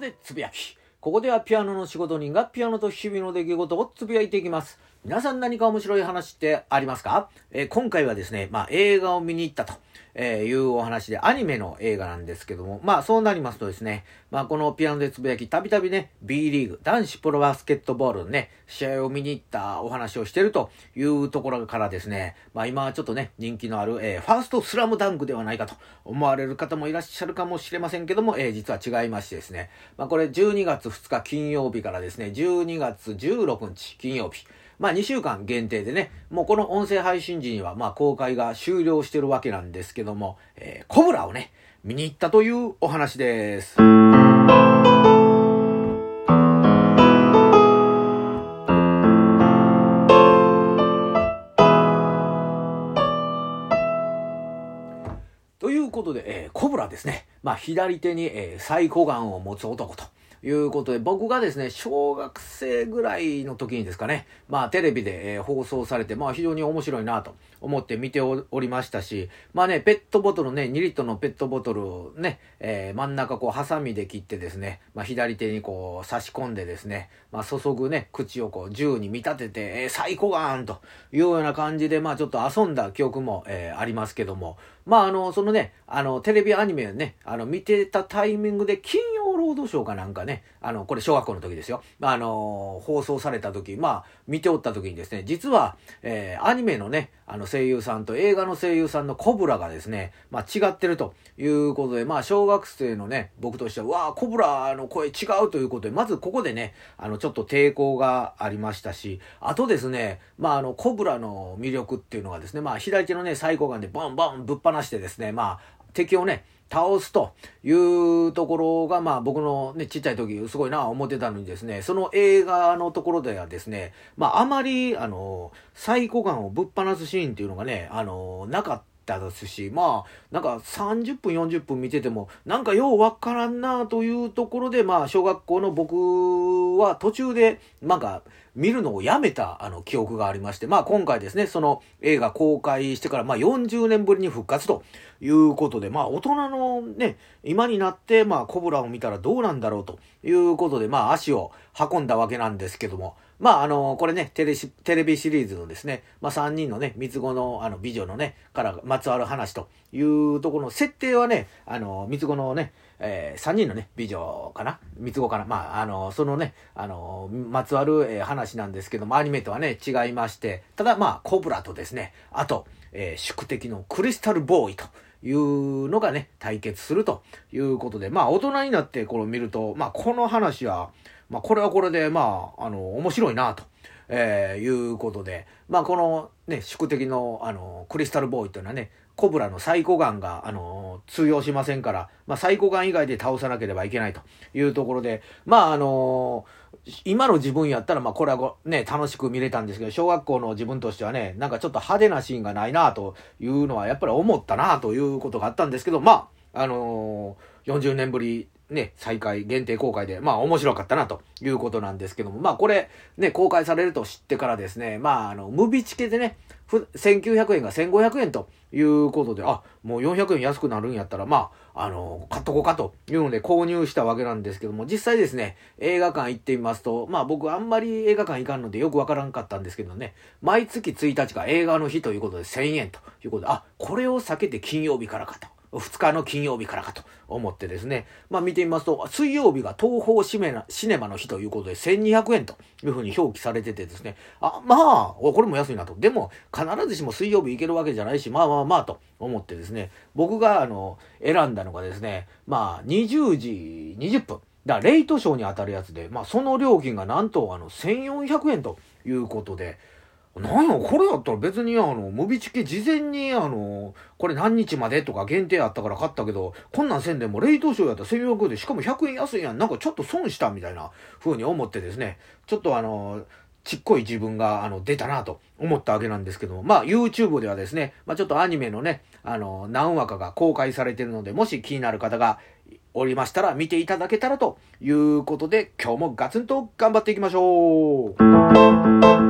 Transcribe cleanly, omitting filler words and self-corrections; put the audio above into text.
でつぶやき。ここではピアノの仕事人がピアノと日々の出来事をつぶやいていきます。皆さん何か面白い話ってありますか？今回はですね、映画を見に行ったというお話で、アニメの映画なんですけども、そうなりますとですね、このピアノでつぶやき、たびたびね、B リーグ、男子プロバスケットボールのね、試合を見に行ったお話をしているというところからですね、今はちょっとね、人気のある、ファーストスラムダンクではないかと思われる方もいらっしゃるかもしれませんけども、実は違いましてですね、これ12月2日金曜日からですね、12月16日金曜日、2週間限定でね、もうこの音声配信時には公開が終了してるわけなんですけども、コブラをね、見に行ったというお話です。ということで、コブラですね。左手に、サイコガンを持つ男ということで、僕がですね、小学生ぐらいの時にですかね、テレビで、放送されて、非常に面白いなと思って見ておりましたし、ペットボトルね、2リットルのペットボトルをね、真ん中ハサミで切ってですね、左手に差し込んでですね、注ぐね、口を銃に見立てて、サイコガンというような感じで、ちょっと遊んだ記憶も、ありますけども、そのね、テレビアニメをね、見てたタイミングで、金曜ロードショーかなんかね、これ小学校の時ですよ。放送された時、見ておった時にですね、実は、アニメのね、声優さんと映画の声優さんのコブラがですね、違ってるということで、小学生のね、僕としては、コブラの声違うということで、まずここでね、ちょっと抵抗がありましたし、あとですね、コブラの魅力っていうのがですね、左手のね、サイコガンでボンボンぶっ放してですね、敵をね、倒すというところが、僕のね、ちっちゃい時すごいな思ってたのにですね、その映画のところではですね、あまり、サイコガンをぶっ放すシーンっていうのがね、なかったですし、なんか30分、40分見てても、なんかようわからんなというところで、小学校の僕は途中で、見るのをやめた記憶がありまして、今回ですね、その映画公開してから40年ぶりに復活ということで、大人のね、今になってコブラを見たらどうなんだろうということで、足を運んだわけなんですけども、これね、テレビシリーズのですね、3人のね、三つ子の美女のね、からまつわる話というところの設定はね、三つ子のね、3人のね、美女かな三つ子かなそのね、まつわる、話なんですけども、アニメとはね、違いまして、ただコブラとですね、あと、宿敵のクリスタルボーイというのがね、対決するということで、大人になってこれを見ると、この話は、これはこれで、面白いなと。いうことで、このね、宿敵のクリスタルボーイというのはね、コブラのサイコガンが通用しませんから、サイコガン以外で倒さなければいけないというところで、今の自分やったらこれはね、楽しく見れたんですけど、小学校の自分としてはね、なんかちょっと派手なシーンがないなというのはやっぱり思ったなということがあったんですけど、40年ぶりね、再開限定公開で、面白かったなということなんですけども、これね、公開されると知ってからですね、ムビチケでね、1900円が1500円ということで、もう400円安くなるんやったら、買っとこうかというので購入したわけなんですけども、実際ですね、映画館行ってみますと、僕あんまり映画館行かんのでよくわからんかったんですけどね、毎月1日が映画の日ということで1000円ということで、これを避けて金曜日からかと。2日の金曜日からかと思ってですね、見てみますと、水曜日が東宝シネマの日ということで1200円というふうに表記されててですね、これも安いなと。でも、必ずしも水曜日行けるわけじゃないし、と思ってですね、僕が選んだのがですね、20時20分。レイトショーに当たるやつで、その料金がなんと1400円ということで、なんや、これやったら別にムビチケ事前にこれ何日までとか限定あったから買ったけど、こんなんせんでもレイトショーやったら1400円で、しかも100円安いやん、なんかちょっと損したみたいな風に思ってですね、ちょっとちっこい自分が出たなと思ったわけなんですけども、YouTube ではですね、ちょっとアニメのね、何話かが公開されているので、もし気になる方がおりましたら見ていただけたらということで、今日もガツンと頑張っていきましょう。